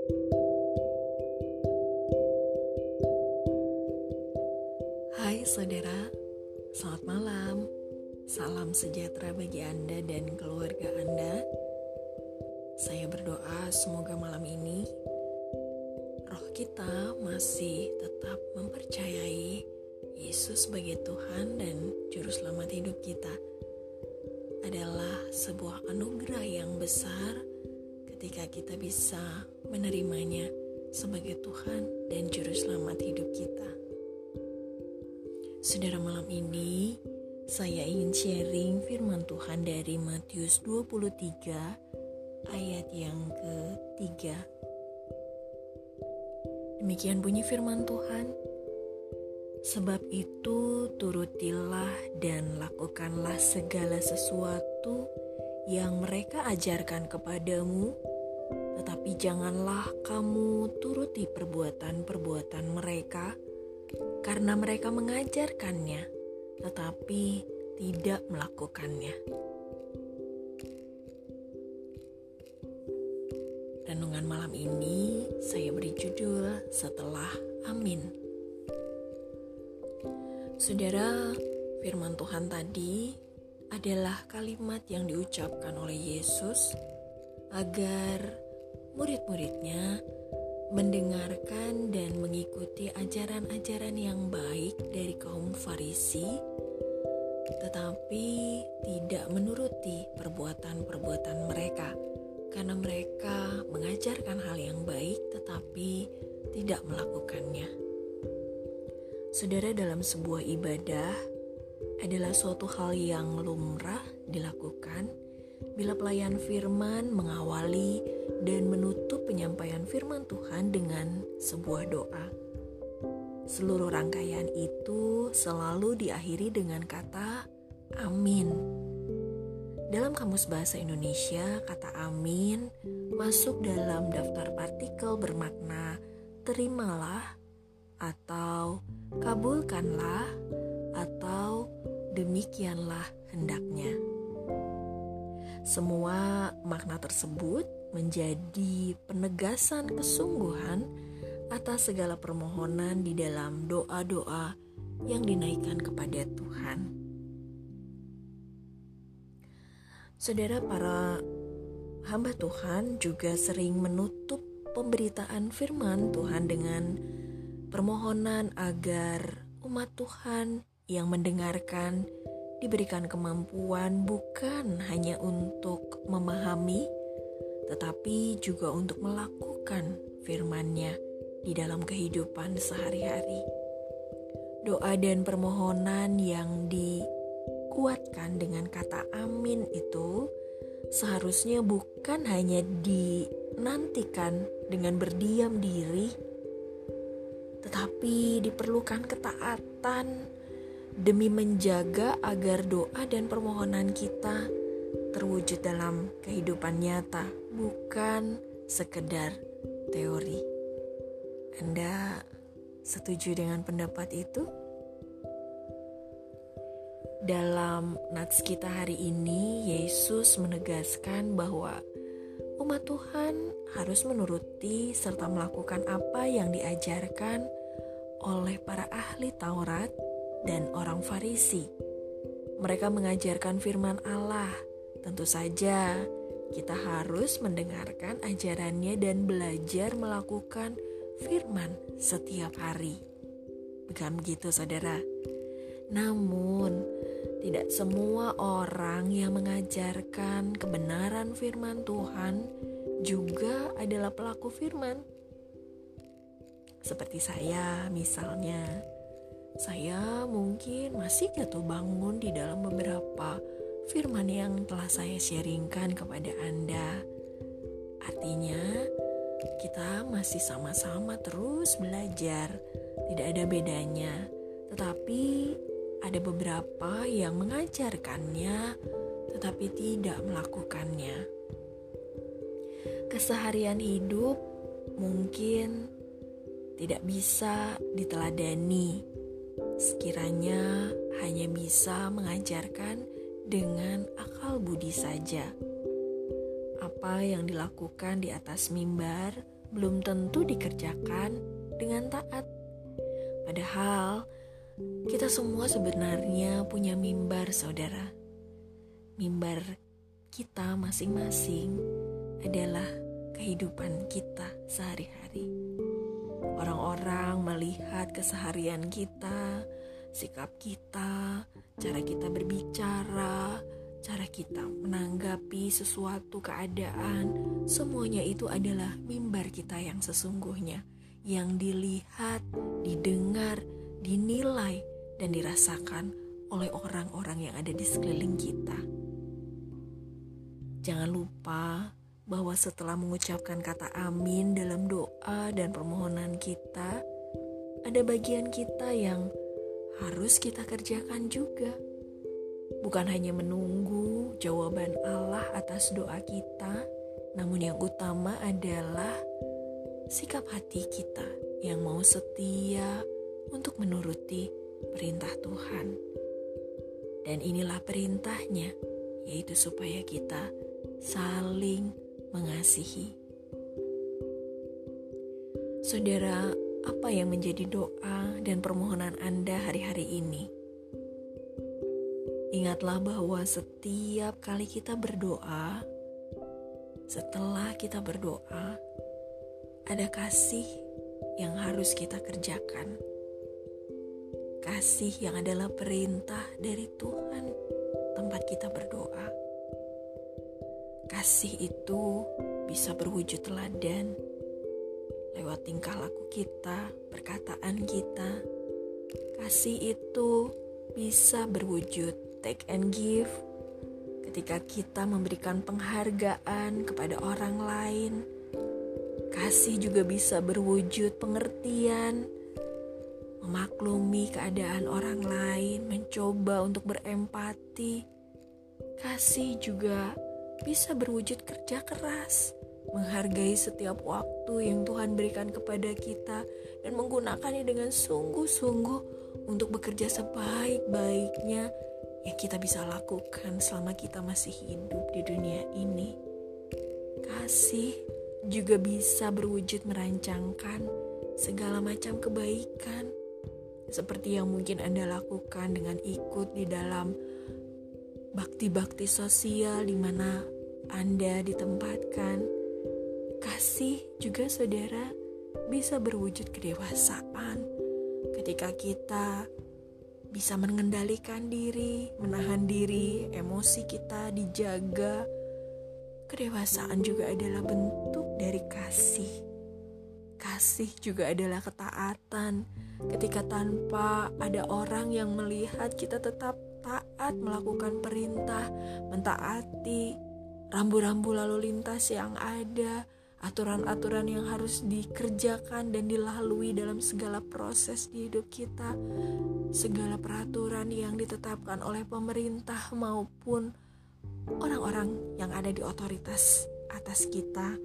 Hai saudara, selamat malam. Salam sejahtera bagi Anda dan keluarga Anda. Saya berdoa semoga malam ini roh kita masih tetap mempercayai Yesus sebagai Tuhan dan Juru Selamat hidup kita. Adalah sebuah anugerah yang besar ketika kita bisa menerimanya sebagai Tuhan dan Juru Selamat hidup kita. Saudara, malam ini saya ingin sharing firman Tuhan dari Matius 23 ayat yang ketiga. Demikian bunyi firman Tuhan. Sebab itu turutilah dan lakukanlah segala sesuatu yang mereka ajarkan kepadamu, tetapi janganlah kamu turuti perbuatan-perbuatan mereka, karena mereka mengajarkannya, tetapi tidak melakukannya. Renungan malam ini saya beri judul Setelah Amin. Saudara, firman Tuhan tadi adalah kalimat yang diucapkan oleh Yesus agar murid-muridnya mendengarkan dan mengikuti ajaran-ajaran yang baik dari kaum Farisi, tetapi tidak menuruti perbuatan-perbuatan mereka, karena mereka mengajarkan hal yang baik tetapi tidak melakukannya. Saudara, dalam sebuah ibadah adalah suatu hal yang lumrah dilakukan bila pelayan firman mengawali dan menutup penyampaian firman Tuhan dengan sebuah doa. Seluruh rangkaian itu selalu diakhiri dengan kata amin. Dalam Kamus Bahasa Indonesia, kata amin masuk dalam daftar partikel bermakna terimalah atau kabulkanlah atau demikianlah hendaknya. Semua makna tersebut menjadi penegasan kesungguhan atas segala permohonan di dalam doa-doa yang dinaikkan kepada Tuhan. Saudara, para hamba Tuhan juga sering menutup pemberitaan firman Tuhan dengan permohonan agar umat Tuhan yang mendengarkan diberikan kemampuan bukan hanya untuk memahami, tetapi juga untuk melakukan firman-Nya di dalam kehidupan sehari-hari. Doa dan permohonan yang dikuatkan dengan kata amin itu seharusnya bukan hanya dinantikan dengan berdiam diri, tetapi diperlukan ketaatan demi menjaga agar doa dan permohonan kita terwujud dalam kehidupan nyata, bukan sekedar teori. Anda setuju dengan pendapat itu? Dalam nats kita hari ini, Yesus menegaskan bahwa umat Tuhan harus menuruti serta melakukan apa yang diajarkan oleh para ahli Taurat dan orang Farisi. Mereka mengajarkan firman Allah. Tentu saja kita harus mendengarkan ajarannya dan belajar melakukan firman setiap hari. Bukan begitu, saudara? Namun, tidak semua orang yang mengajarkan kebenaran firman Tuhan juga adalah pelaku firman. Seperti saya misalnya, saya mungkin masih jatuh bangun di dalam beberapa firman yang telah saya sharingkan kepada Anda. Artinya, kita masih sama-sama terus belajar, tidak ada bedanya. Tetapi ada beberapa yang mengajarkannya, tetapi tidak melakukannya. Keseharian hidup mungkin tidak bisa diteladani, sekiranya hanya bisa mengajarkan dengan akal budi saja. Apa yang dilakukan di atas mimbar belum tentu dikerjakan dengan taat. Padahal kita semua sebenarnya punya mimbar, saudara. Mimbar kita masing-masing adalah kehidupan kita sehari-hari. Orang-orang melihat keseharian kita, sikap kita, cara kita berbicara, cara kita menanggapi sesuatu keadaan, semuanya itu adalah mimbar kita yang sesungguhnya, yang dilihat, didengar, dinilai, dan dirasakan oleh orang-orang yang ada di sekeliling kita. Jangan lupa bahwa setelah mengucapkan kata amin dalam doa dan permohonan kita, ada bagian kita yang harus kita kerjakan juga. Bukan hanya menunggu jawaban Allah atas doa kita, namun yang utama adalah sikap hati kita yang mau setia untuk menuruti perintah Tuhan. Dan inilah perintahnya, yaitu supaya kita saling mengasihi. Saudara, apa yang menjadi doa dan permohonan Anda hari-hari ini? Ingatlah bahwa setiap kali kita berdoa, setelah kita berdoa, ada kasih yang harus kita kerjakan. Kasih yang adalah perintah dari Tuhan tempat kita berdoa. Kasih itu bisa berwujud teladan lewat tingkah laku kita, perkataan kita. Kasih itu bisa berwujud take and give ketika kita memberikan penghargaan kepada orang lain. Kasih juga bisa berwujud pengertian, memaklumi keadaan orang lain, mencoba untuk berempati. Kasih juga bisa berwujud kerja keras, menghargai setiap waktu yang Tuhan berikan kepada kita dan menggunakannya dengan sungguh-sungguh untuk bekerja sebaik-baiknya yang kita bisa lakukan selama kita masih hidup di dunia ini. Kasih juga bisa berwujud merancangkan segala macam kebaikan, seperti yang mungkin Anda lakukan dengan ikut di dalam bakti-bakti sosial di mana Anda ditempatkan. Kasih juga, saudara, bisa berwujud kedewasaan ketika kita bisa mengendalikan diri, menahan diri, emosi kita dijaga. Kedewasaan juga adalah bentuk dari kasih. Kasih juga adalah ketaatan ketika tanpa ada orang yang melihat kita tetap taat melakukan perintah, mentaati rambu-rambu lalu lintas yang ada, aturan-aturan yang harus dikerjakan dan dilalui dalam segala proses di hidup kita, segala peraturan yang ditetapkan oleh pemerintah maupun orang-orang yang ada di otoritas atas kita.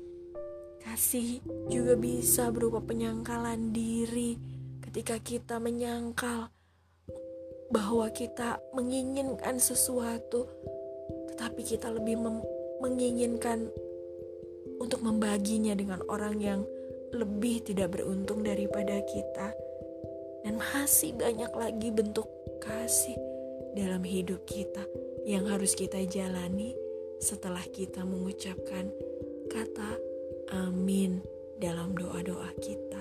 Kasih juga bisa berupa penyangkalan diri ketika kita menyangkal bahwa kita menginginkan sesuatu, tetapi kita lebih menginginkan untuk membaginya dengan orang yang lebih tidak beruntung daripada kita. Dan masih banyak lagi bentuk kasih dalam hidup kita yang harus kita jalani setelah kita mengucapkan kata amin dalam doa-doa kita.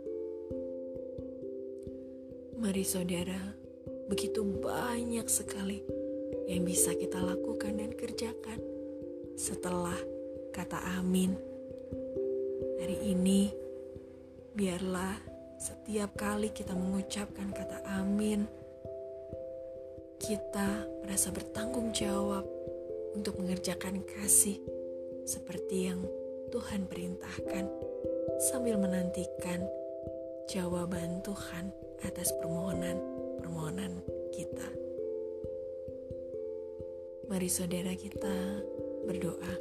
Mari saudara, begitu banyak sekali yang bisa kita lakukan dan kerjakan setelah kata amin. Hari ini, biarlah setiap kali kita mengucapkan kata amin, kita merasa bertanggung jawab untuk mengerjakan kasih seperti yang Tuhan perintahkan, sambil menantikan jawaban Tuhan atas permohonan kita. Mari saudara kita berdoa.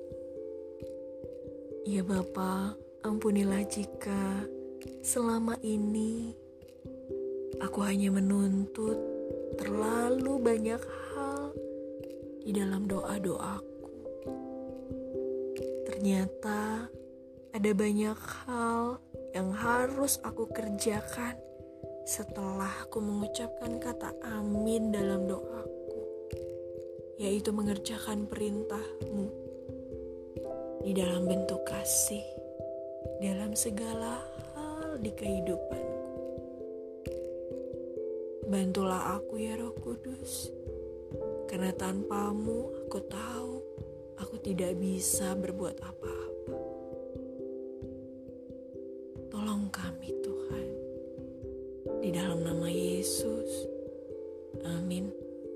Ya Bapa, ampunilah jika selama ini aku hanya menuntut terlalu banyak hal di dalam doa-doaku. Ternyata Ada banyak hal yang harus aku kerjakan setelah aku mengucapkan kata amin dalam doaku, yaitu mengerjakan perintah-Mu di dalam bentuk kasih, dalam segala hal di kehidupanku. Bantulah aku ya Roh Kudus, karena tanpa-Mu aku tahu aku tidak bisa berbuat apa-apa. Tolong kami Tuhan, di dalam nama Yesus, amin.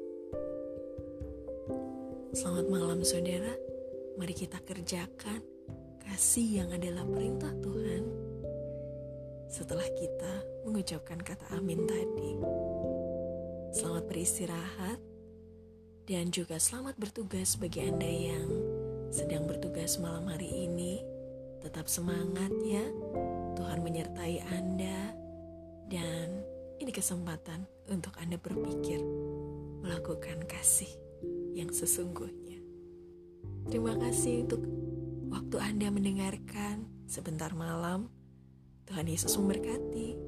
Selamat malam saudara, mari kita kerjakan kasih yang adalah perintah Tuhan setelah kita mengucapkan kata amin tadi. Selamat beristirahat dan juga selamat bertugas bagi Anda yang sedang bertugas malam hari ini. Tetap semangat ya, Tuhan menyertai Anda dan ini kesempatan untuk Anda berpikir melakukan kasih yang sesungguhnya. Terima kasih untuk waktu Anda mendengarkan sebentar malam. Tuhan Yesus memberkati.